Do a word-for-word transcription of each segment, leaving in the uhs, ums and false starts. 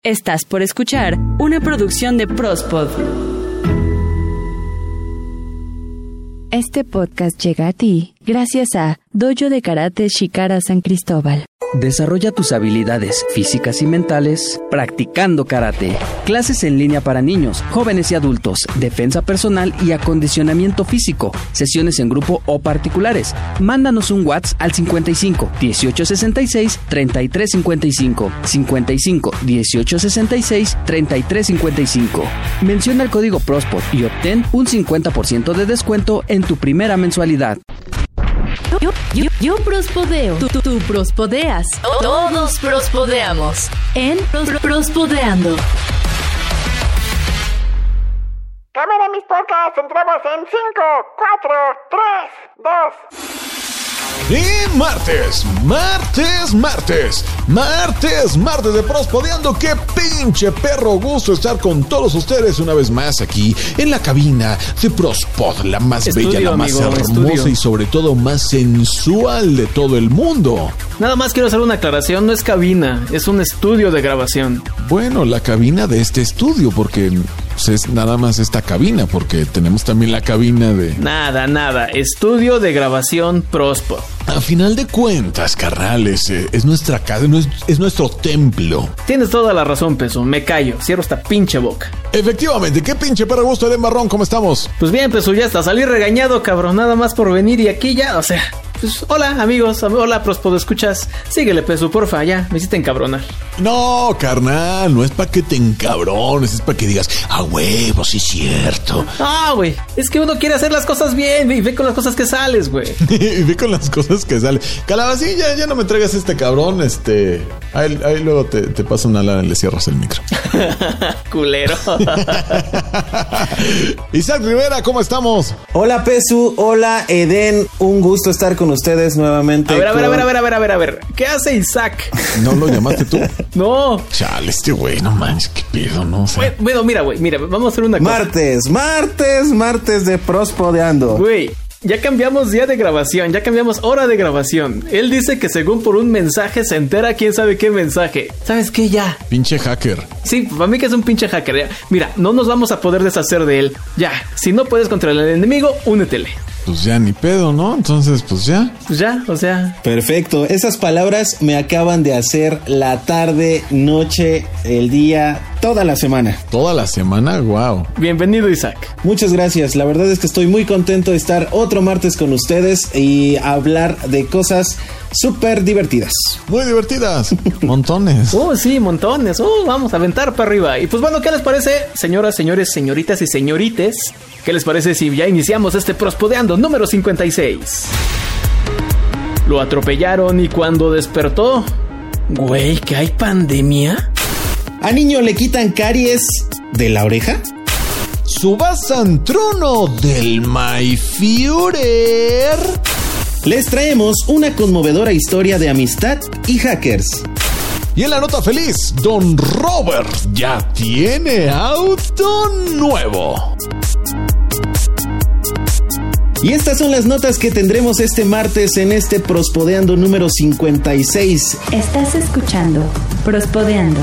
Estás por escuchar una producción de Prospod. Este podcast llega a ti gracias a Dojo de Karate Shikara San Cristóbal. Desarrolla tus habilidades físicas y mentales practicando karate. Clases en línea para niños, jóvenes y adultos, defensa personal y acondicionamiento físico, sesiones en grupo o particulares. Mándanos un WhatsApp al cincuenta y cinco, dieciocho sesenta y seis, treinta y tres cincuenta y cinco, cincuenta y cinco, dieciocho sesenta y seis, treinta y tres cincuenta y cinco. Menciona el código PROSPOD y obtén un cincuenta por ciento de descuento en tu primera mensualidad. Yo, yo, yo prospodeo. Tú, tú, tú prospodeas. Todos prospodeamos. En Pros, Prospodeando. Cámara, mis pocas. Entramos en cinco, cuatro, tres, dos. Y martes, martes, martes, martes, martes de Prospodeando. Qué pinche perro gusto estar con todos ustedes una vez más aquí en la cabina de Prospod, la más estudio, bella, la más amigo, hermosa estudio. Y sobre todo más sensual de todo el mundo. Nada más quiero hacer una aclaración, no es cabina, es un estudio de grabación. Bueno, la cabina de este estudio, porque pues, es nada más esta cabina, porque tenemos también la cabina de... Nada, nada, estudio de grabación Prospod. A final de cuentas, carnales, eh, es nuestra casa, no es, es nuestro templo. Tienes toda la razón, Peso, me callo, cierro esta pinche boca. Efectivamente, qué pinche perro gusto de Marrón, ¿cómo estamos? Pues bien, Peso, ya está, salí regañado, cabrón, nada más por venir y aquí ya, o sea... Pues, hola amigos, hola Prospod, escuchas. Síguele, Peso, porfa, ya, me hiciste encabronar. No, carnal, no es para que te encabrones, es para que digas, ah, huevo, sí es cierto. Ah, güey, es que uno quiere hacer las cosas bien y ve con las cosas que sales, güey. Y ve con las cosas que salen. Calabacín, ya, ya no me traigas este cabrón, este... Ahí, ahí luego te, te pasa una lana y le cierras el micro. Culero. Isaac Rivera, ¿cómo estamos? Hola Pesu, hola Eden, un gusto estar con ustedes nuevamente. A ver, a ver, con... a ver, a ver, a ver, a ver, ¿qué hace Isaac? ¿No lo llamaste tú? No. Chale, este güey, no manches, qué pedo, no sé. Bueno, bueno, mira, güey, mira, vamos a hacer una cosa. Martes, martes, martes de Prospodeando. Güey, ya cambiamos día de grabación, ya cambiamos hora de grabación. Él dice que según por un mensaje se entera quién sabe qué mensaje. ¿Sabes qué? Ya. Pinche hacker. Sí, para mí que es un pinche hacker. Ya. Mira, no nos vamos a poder deshacer de él. Ya, si no puedes contra el enemigo, únetele. Pues ya ni pedo, ¿no? Entonces, pues ya. Pues ya, o sea. Perfecto, esas palabras me acaban de hacer la tarde, noche, el día, toda la semana. ¿Toda la semana? Wow. Bienvenido, Isaac. Muchas gracias, la verdad es que estoy muy contento de estar otro martes con ustedes y hablar de cosas súper divertidas. Muy divertidas. Montones. Oh, sí, montones. Oh, vamos a aventar para arriba. Y pues bueno, ¿qué les parece, señoras, señores, señoritas y señorites? ¿Qué les parece si ya iniciamos este Prospodeando número cincuenta y seis? Lo atropellaron y cuando despertó... Güey, ¿que hay pandemia? ¿A niño le quitan caries de la oreja? Subasan trono del My Führer. Les traemos una conmovedora historia de amistad y hackers. Y en la nota feliz, Don Robert ya tiene auto nuevo. Y estas son las notas que tendremos este martes en este Prospodeando número cincuenta y seis. Estás escuchando Prospodeando.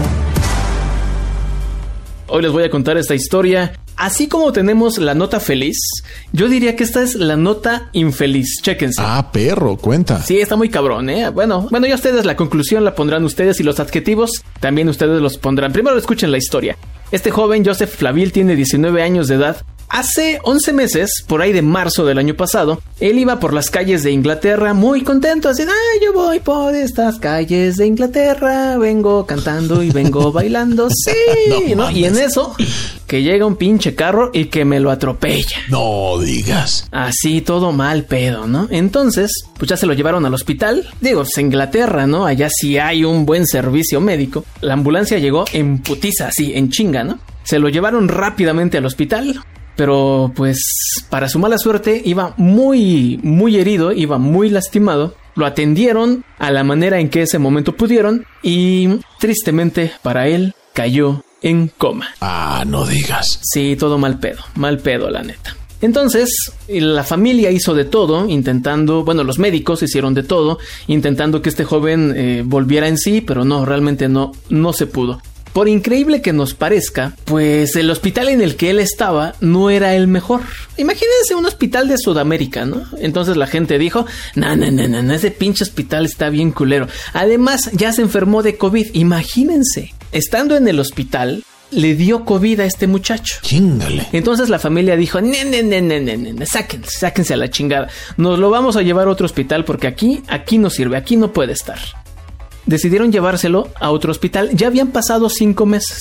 Hoy les voy a contar esta historia. Así como tenemos la nota feliz, yo diría que esta es la nota infeliz. Chéquense. Ah, perro, cuenta. Sí, está muy cabrón, ¿eh? Bueno, bueno, ya ustedes la conclusión la pondrán ustedes y los adjetivos también ustedes los pondrán. Primero escuchen la historia. Este joven, Joseph Flaville, tiene diecinueve años de edad. Hace once meses, por ahí de marzo del año pasado, él iba por las calles de Inglaterra muy contento, así, ah, yo voy por estas calles de Inglaterra, vengo cantando y vengo bailando, sí, ¿no? ¿no? Y en eso, que llega un pinche carro y que me lo atropella. No digas. Así, todo mal pedo, ¿no? Entonces, pues ya se lo llevaron al hospital. Digo, es Inglaterra, ¿no? Allá sí hay un buen servicio médico. La ambulancia llegó en putiza, así, en chinga, ¿no? Se lo llevaron rápidamente al hospital. Pero pues para su mala suerte iba muy, muy herido, iba muy lastimado. Lo atendieron a la manera en que ese momento pudieron y tristemente para él cayó en coma. Ah, no digas. Sí, todo mal pedo, mal pedo la neta. Entonces, la familia hizo de todo, intentando, bueno, los médicos hicieron de todo, intentando que este joven eh, volviera en sí, pero no, realmente no, no se pudo. por increíble que nos parezca, pues el hospital en el que él estaba no era el mejor. Imagínense un hospital de Sudamérica, ¿no? Entonces la gente dijo, no, no, no, no, ese pinche hospital está bien culero. Además, ya se enfermó de COVID. Imagínense, estando en el hospital, le dio COVID a este muchacho. Chíngale. Entonces la familia dijo, ne, ne, ne, ne, ne, ne, sáquense, sáquense a la chingada. Nos lo vamos a llevar a otro hospital porque aquí, aquí no sirve, aquí no puede estar. Decidieron llevárselo a otro hospital. Ya habían pasado cinco meses.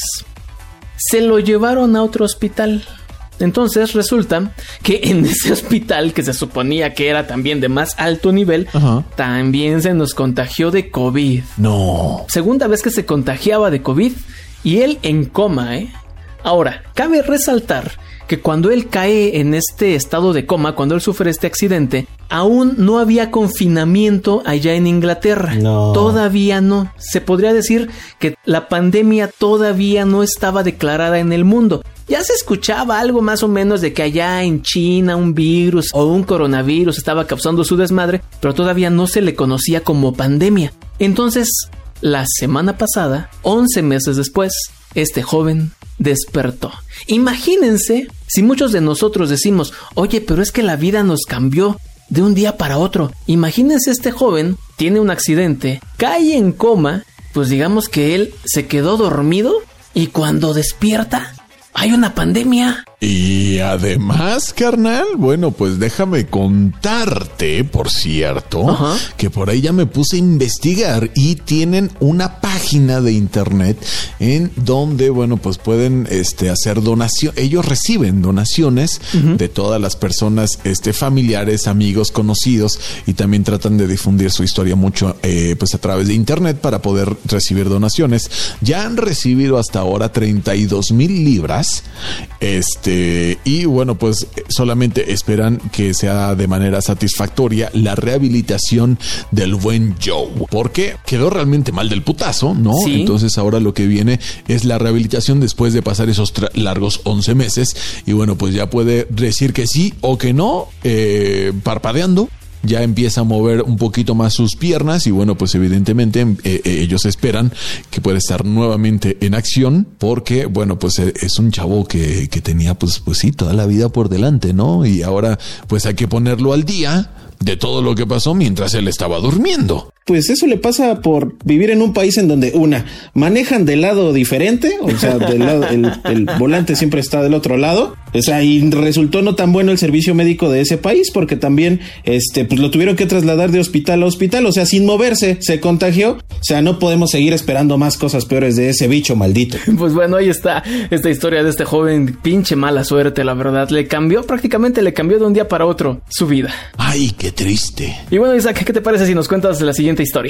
Se lo llevaron a otro hospital. Entonces resulta que en ese hospital, que se suponía que era también de más alto nivel, ajá, también se nos contagió de COVID. No. Segunda vez que se contagiaba de COVID y él en coma, ¿eh? Ahora, cabe resaltar que cuando él cae en este estado de coma, cuando él sufre este accidente, aún no había confinamiento allá en Inglaterra. No. Todavía no. Se podría decir que la pandemia todavía no estaba declarada en el mundo. Ya se escuchaba algo más o menos de que allá en China un virus o un coronavirus estaba causando su desmadre, pero todavía no se le conocía como pandemia. Entonces, la semana pasada, once meses después, este joven despertó. Imagínense si muchos de nosotros decimos, oye, pero es que la vida nos cambió de un día para otro. Imagínense, este joven tiene un accidente, cae en coma, pues digamos que él se quedó dormido y cuando despierta hay una pandemia. Y además, carnal, bueno, pues déjame contarte, por cierto, ajá, que por ahí ya me puse a investigar y tienen una página de internet en donde, bueno, pues pueden este, hacer donación. Ellos reciben donaciones uh-huh. de todas las personas, este, familiares, amigos, conocidos, y también tratan de difundir su historia mucho, eh, pues a través de internet para poder recibir donaciones. Ya han recibido hasta ahora treinta y dos mil libras, este, y bueno, pues solamente esperan que sea de manera satisfactoria la rehabilitación del buen Joe, porque quedó realmente mal del putazo, ¿no? Sí. Entonces ahora lo que viene es la rehabilitación después de pasar esos tra- largos once meses, y bueno, pues ya puede decir que sí o que no, eh, parpadeando. Ya empieza a mover un poquito más sus piernas y bueno, pues evidentemente eh, eh, ellos esperan que pueda estar nuevamente en acción, porque bueno, pues eh, es un chavo que, que tenía pues, pues sí, toda la vida por delante, ¿no? Y ahora pues hay que ponerlo al día de todo lo que pasó mientras él estaba durmiendo. Pues eso le pasa por vivir en un país en donde, una, manejan del lado diferente, o sea, del lado, el, el volante siempre está del otro lado, o sea, y resultó no tan bueno el servicio médico de ese país, porque también, este, pues lo tuvieron que trasladar de hospital a hospital, o sea, sin moverse, se contagió, o sea, no podemos seguir esperando más cosas peores de ese bicho maldito. Pues bueno, ahí está esta historia de este joven, pinche mala suerte, la verdad, le cambió, prácticamente le cambió de un día para otro su vida. Ay, qué triste. Y bueno, Isaac, ¿qué te parece si nos cuentas la siguiente historia?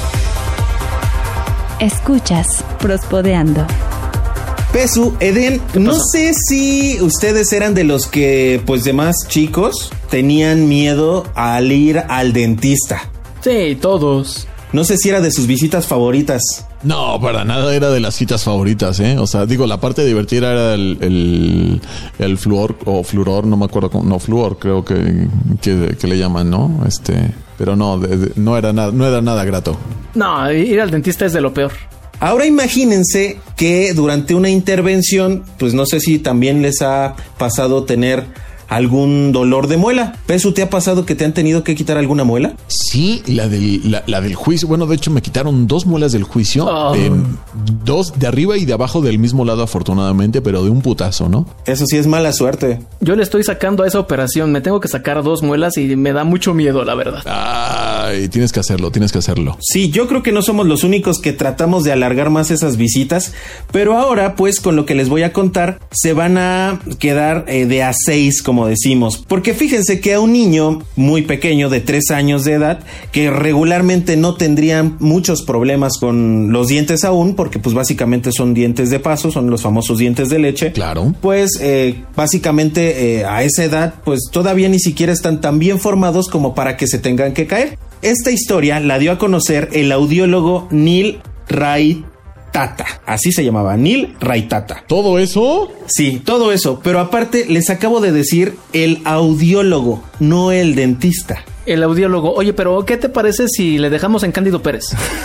Escuchas Prospodeando. Pesu, Eden, no sé si ustedes eran de los que, pues de más chicos, tenían miedo al ir al dentista. Sí, todos. No sé si era de sus visitas favoritas. No, para nada era de las citas favoritas, ¿eh? O sea, digo, la parte divertida era el, el, el fluor o fluoror, no me acuerdo cómo, no, fluor creo que, que, que le llaman, ¿no? Este, pero no, de, de, no era nada, no era nada grato. No, ir al dentista es de lo peor. Ahora imagínense que durante una intervención, pues no sé si también les ha pasado tener algún dolor de muela. Pesu, ¿te ha pasado que te han tenido que quitar alguna muela? Sí, la del, la, la del juicio. Bueno, de hecho me quitaron dos muelas del juicio. Oh. Eh, dos de arriba y de abajo del mismo lado, afortunadamente, pero de un putazo, ¿no? Eso sí es mala suerte. Yo le estoy sacando a esa operación. Me tengo que sacar dos muelas y me da mucho miedo, la verdad. Ay, tienes que hacerlo, tienes que hacerlo. Sí, yo creo que no somos los únicos que tratamos de alargar más esas visitas, pero ahora, pues, con lo que les voy a contar, se van a quedar eh, de a seis, como decimos, porque fíjense que a un niño muy pequeño de tres años de edad, que regularmente no tendrían muchos problemas con los dientes aún, porque pues básicamente son dientes de paso, son los famosos dientes de leche. Claro. Pues eh, básicamente eh, a esa edad pues todavía ni siquiera están tan bien formados como para que se tengan que caer. Esta historia la dio a conocer el audiólogo Neil Raitata. Así se llamaba, Neil Raitata. ¿Todo eso? Sí, todo eso. Pero aparte les acabo de decir el audiólogo, no el dentista. el audiólogo, oye, pero ¿qué te parece si le dejamos en Cándido Pérez?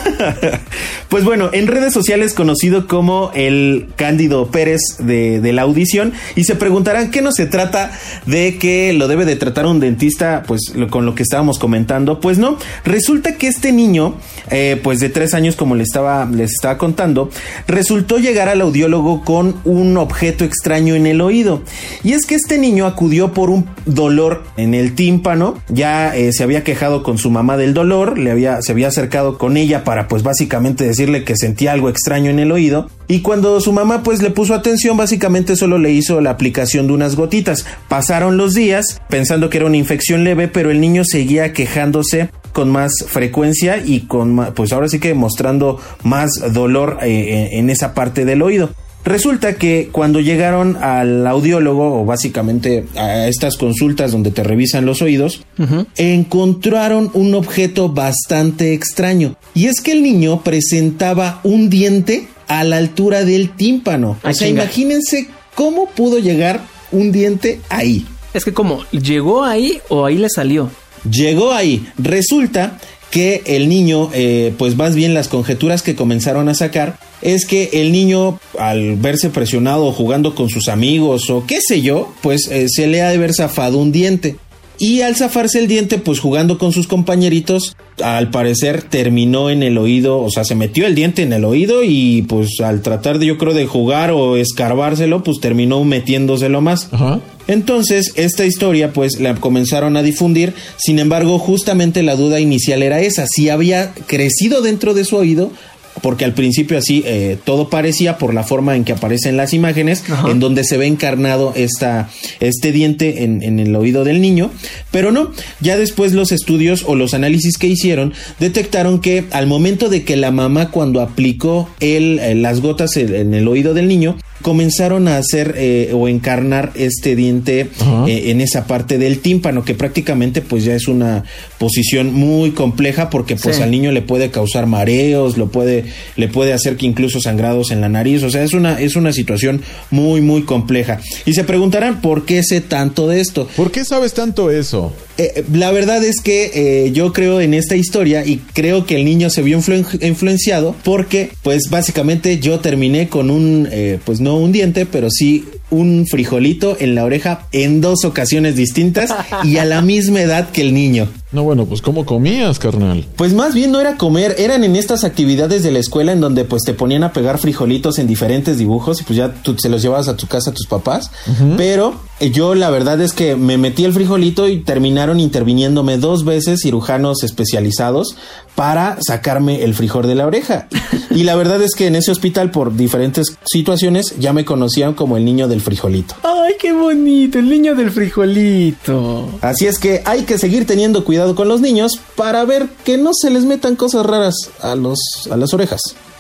Pues bueno, en redes sociales conocido como el Cándido Pérez de, de la audición, y se preguntarán qué no se trata de que lo debe de tratar un dentista, pues lo, con lo que estábamos comentando. Pues no, resulta que este niño, eh, pues de tres años, como les estaba, les estaba contando, resultó llegar al audiólogo con un objeto extraño en el oído. Y es que este niño acudió por un dolor en el tímpano, ya eh, se había quejado con su mamá del dolor, le había, se había acercado con ella para pues básicamente decirle que sentía algo extraño en el oído, y cuando su mamá pues le puso atención, básicamente solo le hizo la aplicación de unas gotitas. Pasaron los días pensando que era una infección leve, pero el niño seguía quejándose con más frecuencia y con más, pues ahora sí que mostrando más dolor eh, en esa parte del oído. Resulta que cuando llegaron al audiólogo, o básicamente a estas consultas donde te revisan los oídos, uh-huh, encontraron un objeto bastante extraño. Y es que el niño presentaba un diente a la altura del tímpano. Ay, o sea, chinga. Imagínense cómo pudo llegar un diente ahí. Es que como, ¿llegó ahí o ahí le salió? Llegó ahí. Resulta que el niño, eh, pues más bien las conjeturas que comenzaron a sacar es que el niño, al verse presionado jugando con sus amigos o qué sé yo, pues eh, se le ha de haber zafado un diente. Y al zafarse el diente, pues jugando con sus compañeritos, al parecer terminó en el oído, o sea, se metió el diente en el oído y pues al tratar de, yo creo, de jugar o escarbárselo, pues terminó metiéndoselo más. Ajá. Entonces, esta historia pues la comenzaron a difundir. Sin embargo, justamente la duda inicial era esa, si había crecido dentro de su oído, porque al principio así eh, todo parecía por la forma en que aparecen las imágenes. Ajá. En donde se ve encarnado esta, este diente en, en el oído del niño, pero no, ya después los estudios o los análisis que hicieron detectaron que al momento de que la mamá, cuando aplicó el, eh, las gotas en, en el oído del niño, comenzaron a hacer eh, o encarnar este diente eh, en esa parte del tímpano, que prácticamente pues ya es una posición muy compleja, porque pues sí, al niño le puede causar mareos, lo puede, le puede hacer que incluso sangrados en la nariz. O sea, es una, es una situación muy muy compleja. Y se preguntarán, ¿por qué sé tanto de esto? ¿Por qué sabes tanto eso? Eh, la verdad es que eh, yo creo en esta historia y creo que el niño se vio influ- influenciado porque pues básicamente yo terminé con un eh, pues no un diente, pero sí un frijolito en la oreja en dos ocasiones distintas y a la misma edad que el niño. No, bueno, pues ¿cómo comías, carnal? Pues más bien no era comer, eran en estas actividades de la escuela en donde pues te ponían a pegar frijolitos en diferentes dibujos y pues ya tú se los llevabas a tu casa a tus papás. Uh-huh. Pero eh, yo la verdad es que me metí el frijolito y terminaron interviniéndome dos veces cirujanos especializados para sacarme el frijol de la oreja. Y la verdad es que en ese hospital, por diferentes situaciones, ya me conocían como el niño del frijolito. ¡Ay, qué bonito! El niño del frijolito. Así es que hay que seguir teniendo cuidado con los niños para ver que no se les metan cosas raras a los a las orejas.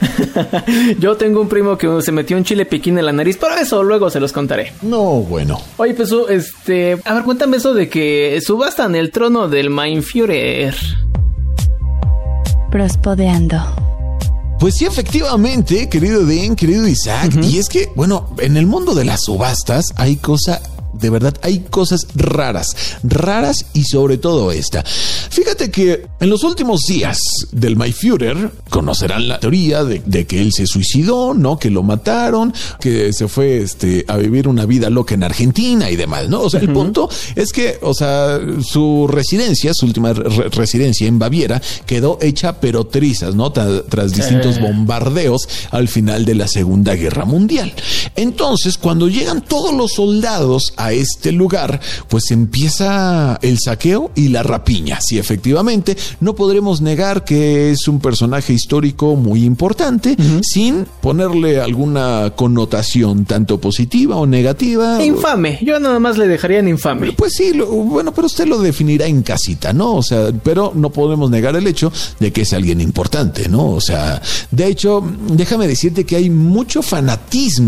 Yo tengo un primo que se metió un chile piquín en la nariz, pero eso luego se los contaré. No, bueno. Oye, pues, este... A ver, cuéntame eso de que subastan el trono del Mindführer. Prospodeando. Pues sí, efectivamente, querido Den, querido Isaac. Uh-huh. Y es que, bueno, en el mundo de las subastas hay cosa... De verdad, hay cosas raras, raras y sobre todo esta. Fíjate que en los últimos días del Mindführer conocerán la teoría de, de que él se suicidó, ¿no? Que lo mataron, que se fue este, a vivir una vida loca en Argentina y demás, ¿no? O sea, uh-huh. el punto es que, o sea, su residencia, su última re- residencia en Baviera quedó hecha pero trizas, ¿no? Tra- tras distintos bombardeos al final de la Segunda Guerra Mundial. Entonces, cuando llegan todos los soldados a este lugar, pues empieza el saqueo y la rapiña. Sí, efectivamente, no podremos negar que es un personaje histórico muy importante, uh-huh. sin ponerle alguna connotación tanto positiva o negativa. Infame, yo nada más le dejaría en infame. Pues sí, lo, bueno, pero usted lo definirá en casita, ¿no? O sea, pero no podemos negar el hecho de que es alguien importante, ¿no? O sea, de hecho, déjame decirte que hay mucho fanatismo todavía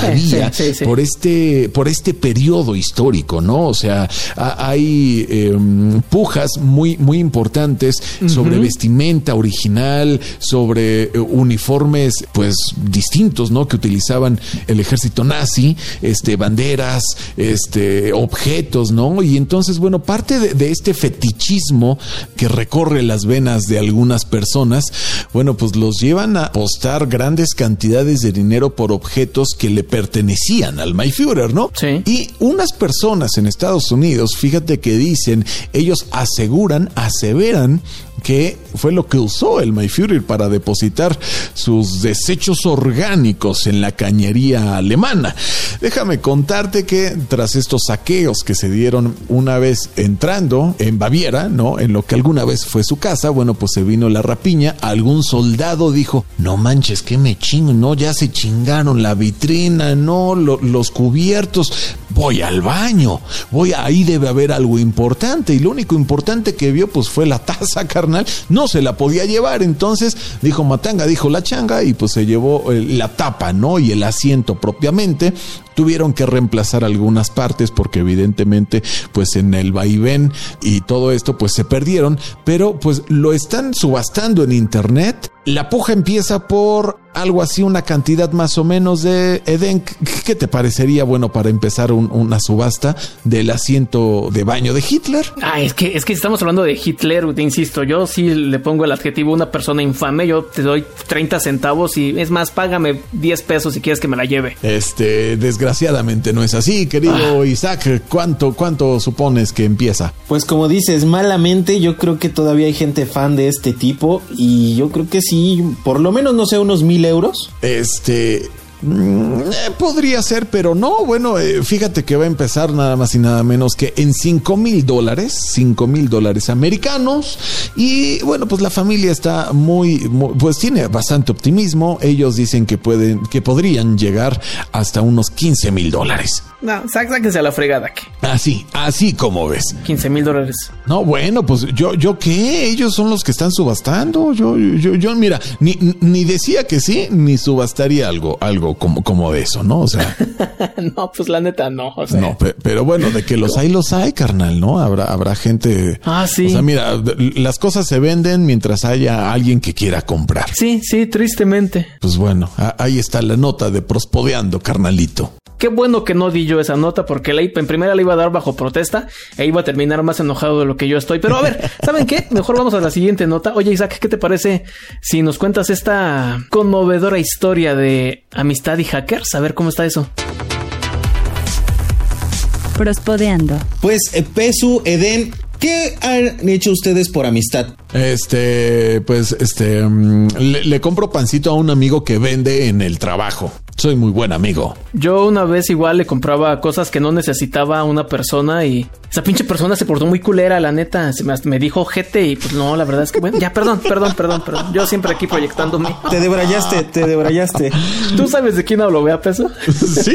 todavía sí, sí, sí. por este por este periodo histórico, ¿no? O sea, a, hay eh, pujas muy muy importantes uh-huh. sobre vestimenta original, sobre eh, uniformes pues distintos, ¿no? Que utilizaban el ejército nazi, este banderas, este objetos, ¿no? Y entonces, bueno, parte de, de este fetichismo que recorre las venas de algunas personas, bueno, pues los llevan a apostar grandes cantidades de dinero por objetos que le pertenecían al Mein Führer, ¿no? Sí. Y unas personas en Estados Unidos, fíjate que dicen, ellos aseguran, aseveran que fue lo que usó el Mein Führer para depositar sus desechos orgánicos en la cañería alemana. Déjame contarte que tras estos saqueos que se dieron una vez entrando en Baviera, ¿no? En lo que alguna vez fue su casa, bueno, pues se vino la rapiña. Algún soldado dijo, no manches, que me chingo, no, ya se chingaron la vitrina, no, lo, los cubiertos, voy al baño, voy, ahí debe haber algo importante. Y lo único importante que vio, pues fue la taza, carnal, no se la podía llevar. Entonces dijo matanga, dijo la changa, y pues se llevó la tapa, ¿no? Y el asiento propiamente. Tuvieron que reemplazar algunas partes porque evidentemente pues en el vaivén y todo esto pues se perdieron, pero pues lo están subastando en internet. La puja empieza por algo así, una cantidad más o menos de Eden. ¿Qué te parecería bueno para empezar un, una subasta del asiento de baño de Hitler? Ah, es que es que estamos hablando de Hitler, te insisto, yo sí le pongo el adjetivo una persona infame, yo te doy treinta centavos y es más, págame diez pesos si quieres que me la lleve. Este, desgraciadamente no es así, querido ah. Isaac. ¿Cuánto, cuánto supones que empieza? Pues como dices, malamente, yo creo que todavía hay gente fan de este tipo y yo creo que sí, por lo menos, no sé, unos mil euros. Este... Eh, podría ser, pero no, bueno, eh, fíjate que va a empezar nada más y nada menos que en cinco mil dólares, cinco mil dólares americanos. Y bueno, pues la familia está muy, muy, pues tiene bastante optimismo. Ellos dicen que pueden, que podrían llegar hasta unos quince mil dólares. No, sáquense a la fregada. ¿Qué? Así, así como ves. quince mil dólares. No, bueno, pues yo, yo qué, ellos son los que están subastando. Yo, yo, yo, mira, ni, ni decía que sí, ni subastaría algo, algo como, como de eso, ¿no? O sea. No, pues la neta no. O sea. No, pe- pero bueno, de que los hay, los hay, carnal, ¿no? Habrá, habrá gente. Ah, sí. O sea, mira, las cosas se venden mientras haya alguien que quiera comprar. Sí, sí, tristemente. Pues bueno, a- ahí está la nota de Prospodeando, carnalito. Qué bueno que no di yo esa nota porque la, en primera la iba a dar bajo protesta e iba a terminar más enojado de lo que yo estoy. Pero a ver, ¿saben qué? Mejor vamos a la siguiente nota. Oye, Isaac, ¿qué te parece si nos cuentas esta conmovedora historia de amistad y hackers? A ver, ¿cómo está eso? Prospodeando. Pues, eh, Pesu, Eden, ¿qué han hecho ustedes por amistad? Este, pues, este, um, le, le compro pancito a un amigo que vende en el trabajo. Soy muy buen amigo. Yo una vez igual le compraba cosas que no necesitaba a una persona y esa pinche persona se portó muy culera, la neta. Se me, me dijo ojete y pues no, la verdad es que bueno, ya, perdón, perdón, perdón, perdón. Yo siempre aquí proyectándome. Te debrayaste, te debrayaste. ¿Tú sabes de quién hablo, vea, Peso? Sí.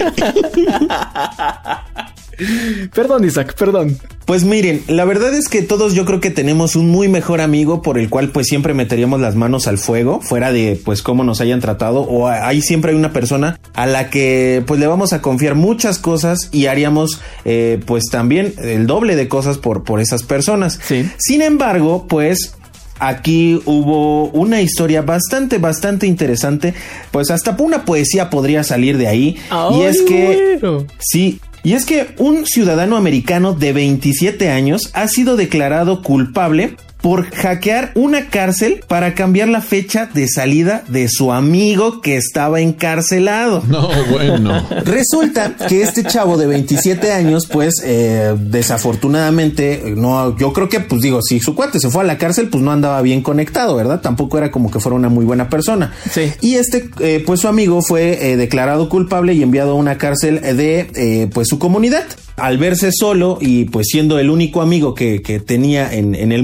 Perdón, Isaac, perdón. Pues miren, la verdad es que todos yo creo que tenemos un muy mejor amigo por el cual pues siempre meteríamos las manos al fuego, fuera de pues cómo nos hayan tratado, o ahí siempre hay una persona a la que pues le vamos a confiar muchas cosas y haríamos eh, pues también el doble de cosas por, por esas personas. Sí. Sin embargo, pues aquí hubo una historia bastante, bastante interesante, pues hasta una poesía podría salir de ahí. Ay, y es que bueno. sí. Y es que un ciudadano americano de veintisiete años ha sido declarado culpable por hackear una cárcel para cambiar la fecha de salida de su amigo que estaba encarcelado. No, bueno. Resulta que este chavo de veintisiete años, pues, eh, desafortunadamente, no, yo creo que, pues digo, si su cuate se fue a la cárcel, pues no andaba bien conectado, ¿verdad? Tampoco era como que fuera una muy buena persona. Sí. Y este, eh, pues su amigo fue eh, declarado culpable y enviado a una cárcel de, eh, pues su comunidad. Al verse solo y pues siendo el único amigo que, que tenía en, en el mundo al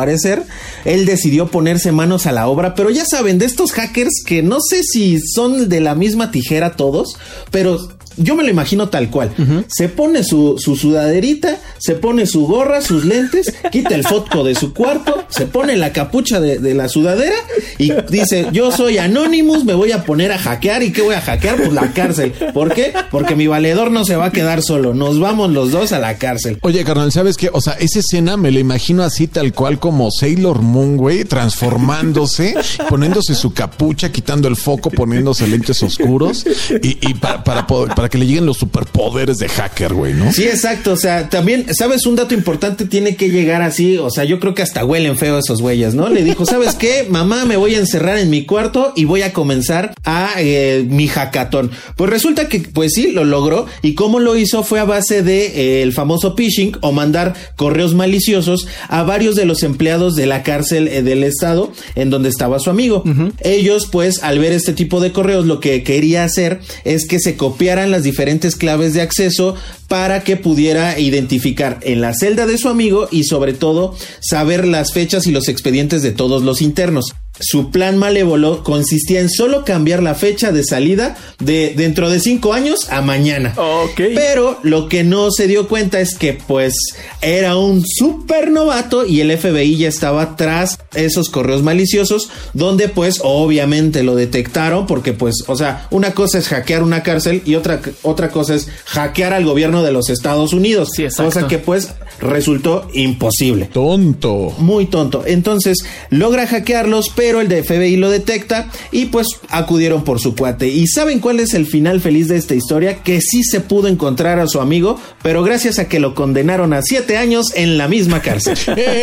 parecer, él decidió ponerse manos a la obra, pero ya saben, de estos hackers que no sé si son de la misma tijera todos, pero yo me lo imagino tal cual. Uh-huh. Se pone su, su sudaderita, se pone su gorra, sus lentes, quita el foco de su cuarto, se pone la capucha de, de la sudadera y dice, yo soy Anonymous, me voy a poner a hackear. ¿Y qué voy a hackear? Pues la cárcel. ¿Por qué? Porque mi valedor no se va a quedar solo. Nos vamos los dos a la cárcel. Oye, carnal, ¿sabes qué? O sea, esa escena me la imagino así tal cual como Sailor Moon, güey, transformándose, poniéndose su capucha, quitando el foco, poniéndose lentes oscuros y, y para, para poder... para que le lleguen los superpoderes de hacker, güey, ¿no? Sí, exacto, o sea, también, ¿sabes? Un dato importante tiene que llegar así, o sea, yo creo que hasta huelen feo esos güeyes, ¿no? Le dijo, ¿sabes qué? Mamá, me voy a encerrar en mi cuarto y voy a comenzar a eh, mi hackatón. Pues resulta que, pues sí, lo logró, y cómo lo hizo fue a base de eh, el famoso phishing o mandar correos maliciosos a varios de los empleados de la cárcel eh, del estado en donde estaba su amigo. Uh-huh. Ellos, pues, al ver este tipo de correos, lo que quería hacer es que se copiaran las diferentes claves de acceso para que pudiera identificar en la celda de su amigo y sobre todo saber las fechas y los expedientes de todos los internos. Su plan malévolo consistía en solo cambiar la fecha de salida de dentro de cinco años a mañana. Okay. Pero lo que no se dio cuenta es que pues era un súper novato y el F B I ya estaba tras esos correos maliciosos, donde pues obviamente lo detectaron porque pues, o sea, una cosa es hackear una cárcel y otra, otra cosa es hackear al gobierno de los Estados Unidos. Sí, exacto. Cosa que pues resultó imposible. Tonto. Muy tonto. Entonces logra hackearlos, pero el de F B I lo detecta y pues acudieron por su cuate. ¿Y saben cuál es el final feliz de esta historia? Que sí se pudo encontrar a su amigo, pero gracias a que lo condenaron a siete años en la misma cárcel.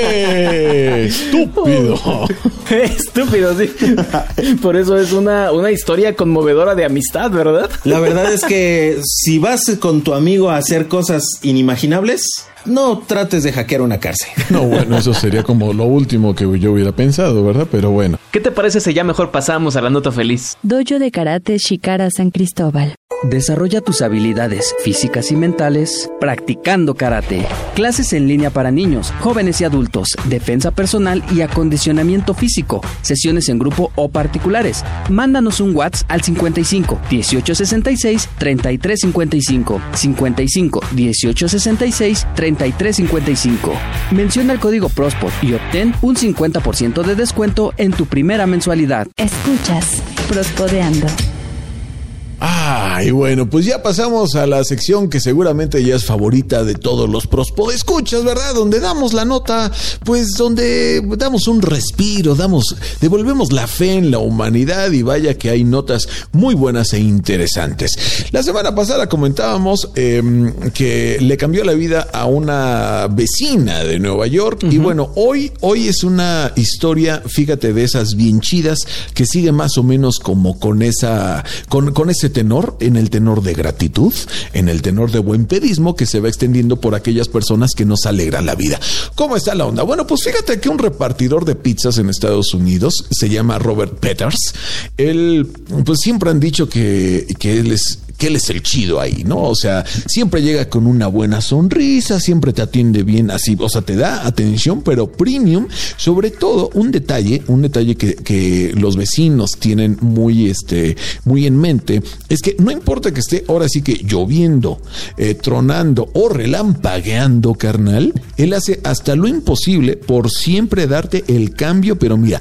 ¡Eh! ¡Estúpido! Estúpido, sí. Por eso es una, una historia conmovedora de amistad, ¿verdad? La verdad es que si vas con tu amigo a hacer cosas inimaginables, no trates de hackear una cárcel. No, bueno, eso sería como lo último que yo hubiera pensado, ¿verdad? Pero bueno. ¿Qué te parece si ya mejor pasamos a la nota feliz? Dojo de Karate Shikara San Cristóbal. Desarrolla tus habilidades físicas y mentales practicando karate. Clases en línea para niños, jóvenes y adultos, defensa personal y acondicionamiento físico. Sesiones en grupo o particulares. Mándanos un WhatsApp al cincuenta y cinco, dieciocho sesenta y seis, treinta y tres cincuenta y cinco, cincuenta y cinco, dieciocho sesenta y seis, treinta y tres cincuenta y cinco. Menciona el código PROSPOD y obtén un cincuenta por ciento de descuento en tu primera mensualidad. Escuchas Prospodeando. Ah, y bueno, pues ya pasamos a la sección que seguramente ya es favorita de todos los prospodescuchas, ¿verdad? Donde damos la nota, pues donde damos un respiro, damos, devolvemos la fe en la humanidad y vaya que hay notas muy buenas e interesantes. La semana pasada comentábamos eh, que le cambió la vida a una vecina de Nueva York. Uh-huh. Y bueno, hoy, hoy es una historia, fíjate, de esas bien chidas que sigue más o menos como con esa, con, con ese tenor, en el tenor de gratitud, en el tenor de buen pedismo que se va extendiendo por aquellas personas que nos alegran la vida. ¿Cómo está la onda? Bueno, pues fíjate que un repartidor de pizzas en Estados Unidos se llama Robert Peters. Él, pues siempre han dicho que, que él es que él es el chido ahí, ¿no? O sea, siempre llega con una buena sonrisa, siempre te atiende bien así, o sea, te da atención, pero premium. Sobre todo, un detalle, un detalle que, que los vecinos tienen muy, este, muy en mente, es que no importa que esté ahora sí que lloviendo, eh, tronando o relampagueando, carnal, él hace hasta lo imposible por siempre darte el cambio, pero mira,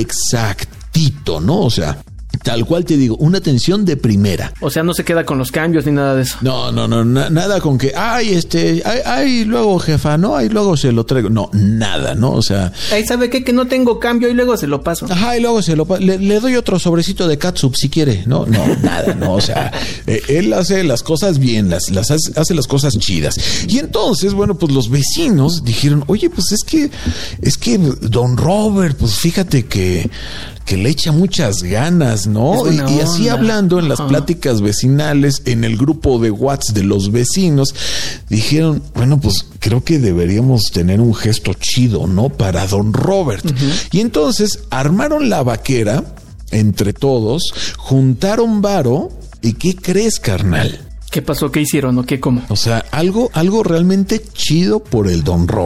exactito, ¿no? O sea, tal cual te digo, una atención de primera. O sea, no se queda con los cambios ni nada de eso. No, no, no, na- nada con que, ay, este, ay, ay, luego jefa, no, ay, luego se lo traigo. No, nada, ¿no? O sea. Ay, ¿sabe qué? Que no tengo cambio y luego se lo paso. Ajá, y luego se lo paso. Le, le doy otro sobrecito de catsup si quiere. No, no, nada, no. O sea, eh, él hace las cosas bien, las, las hace, hace las cosas chidas. Y entonces, bueno, pues los vecinos dijeron, oye, pues es que, es que don Robert, pues fíjate que, que le echa muchas ganas, ¿no? Y, y así hablando en las Ajá. pláticas vecinales, en el grupo de WhatsApp de los vecinos, dijeron, bueno, pues creo que deberíamos tener un gesto chido, ¿no? Para don Robert. Uh-huh. Y entonces armaron la vaquera entre todos, juntaron varo, ¿y qué crees, carnal? ¿Qué pasó? ¿Qué hicieron o qué cómo? O sea, algo, algo realmente chido por el don Robert.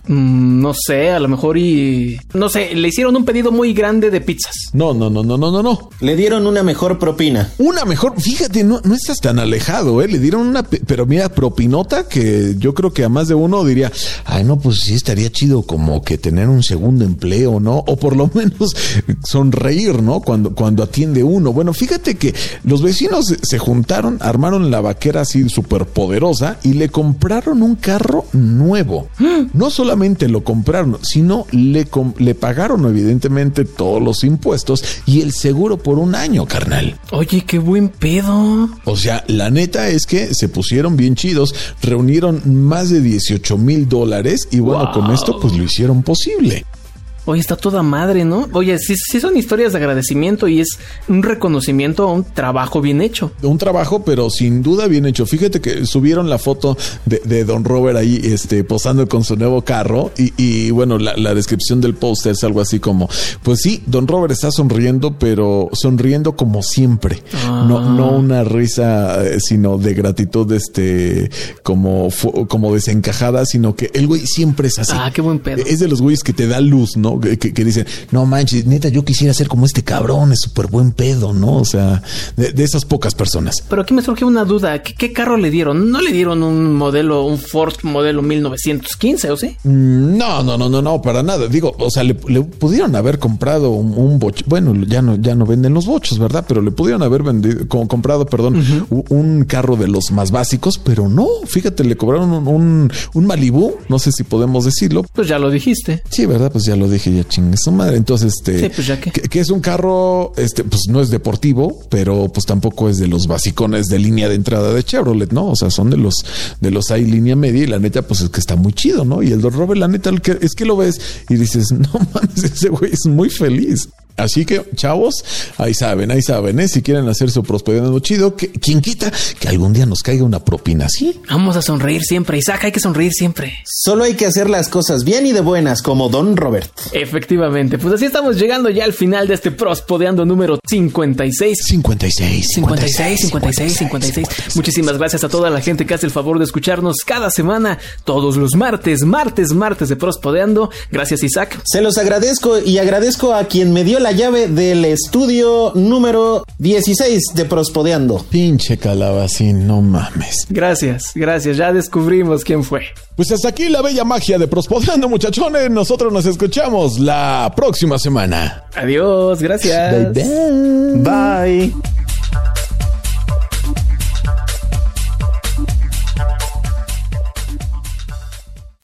Mm, no sé, a lo mejor y... No sé, le hicieron un pedido muy grande de pizzas. No, no, no, no, no, no, no. Le dieron una mejor propina. Una mejor, fíjate, no, no estás tan alejado, ¿eh? Le dieron una, pero mira, propinota que yo creo que a más de uno diría, ay, no, pues sí estaría chido como que tener un segundo empleo, ¿no? O por lo menos sonreír, ¿no? Cuando, cuando atiende uno. Bueno, fíjate que los vecinos se juntaron, armaron la vaquera así súper poderosa y le compraron un carro nuevo. No solamente lo compraron, sino le, le pagaron evidentemente todos los impuestos y el seguro por un año, carnal. Oye, qué buen pedo. O sea, la neta es que se pusieron bien chidos, reunieron más de dieciocho mil dólares y bueno, wow. Con esto pues lo hicieron posible. Oye, está toda madre, ¿no? Oye, sí, sí son historias de agradecimiento y es un reconocimiento a un trabajo bien hecho. Un trabajo, pero sin duda bien hecho. Fíjate que subieron la foto de, de Don Robert ahí, este, posando con su nuevo carro y, y bueno, la, la descripción del póster es algo así como, pues sí, Don Robert está sonriendo, pero sonriendo como siempre. Ah. No, no una risa, sino de gratitud, este, como, como desencajada, sino que el güey siempre es así. Ah, qué buen pedo. Es de los güeyes que te da luz, ¿no? Que, que, que dicen, no manches, neta, yo quisiera ser como este cabrón, es súper buen pedo, ¿no? O sea, de, de esas pocas personas. Pero aquí me surge una duda, ¿qué, qué carro le dieron? ¿No le dieron un modelo, un Ford modelo mil novecientos quince, o sí? No, no, no, no, no, para nada. Digo, o sea, le, le pudieron haber comprado un, un bocho, bueno, ya no, ya no venden los bochos, ¿verdad? Pero le pudieron haber vendido, como, comprado, perdón, uh-huh. un carro de los más básicos, pero no, fíjate, le cobraron un, un, un Malibu, no sé si podemos decirlo. Pues ya lo dijiste. Sí, ¿verdad? Pues ya lo dije. Ya chingue su madre. Entonces, este, sí, pues ya que. que, que es un carro, este, pues no es deportivo, pero pues tampoco es de los basicones de línea de entrada de Chevrolet, ¿no? O sea, son de los, de los hay línea media y la neta, pues es que está muy chido, ¿no? Y el Don Robert, la neta, es que lo ves y dices, no mames, ese güey es muy feliz. Así que, chavos, ahí saben, ahí saben, ¿eh? Si quieren hacer su prosperidad chido, que, ¿quién quita que algún día nos caiga una propina así? Vamos a sonreír siempre, Isaac, hay que sonreír siempre. Solo hay que hacer las cosas bien y de buenas, como Don Robert. Efectivamente, pues así estamos llegando ya al final de este Prospodeando número cincuenta y seis. cincuenta y seis. cincuenta y seis, cincuenta y seis, cincuenta y seis. Muchísimas gracias a toda la gente que hace el favor de escucharnos cada semana, todos los martes, martes, martes de Prospodeando. Gracias, Isaac. Se los agradezco y agradezco a quien me dio la llave del estudio número dieciséis de Prospodeando. Pinche calabacín, no mames. Gracias, gracias, ya descubrimos quién fue. Pues hasta aquí la bella magia de Prospodeando, muchachones. Nosotros nos escuchamos la próxima semana. Adiós, gracias. Bye, bye. Bye.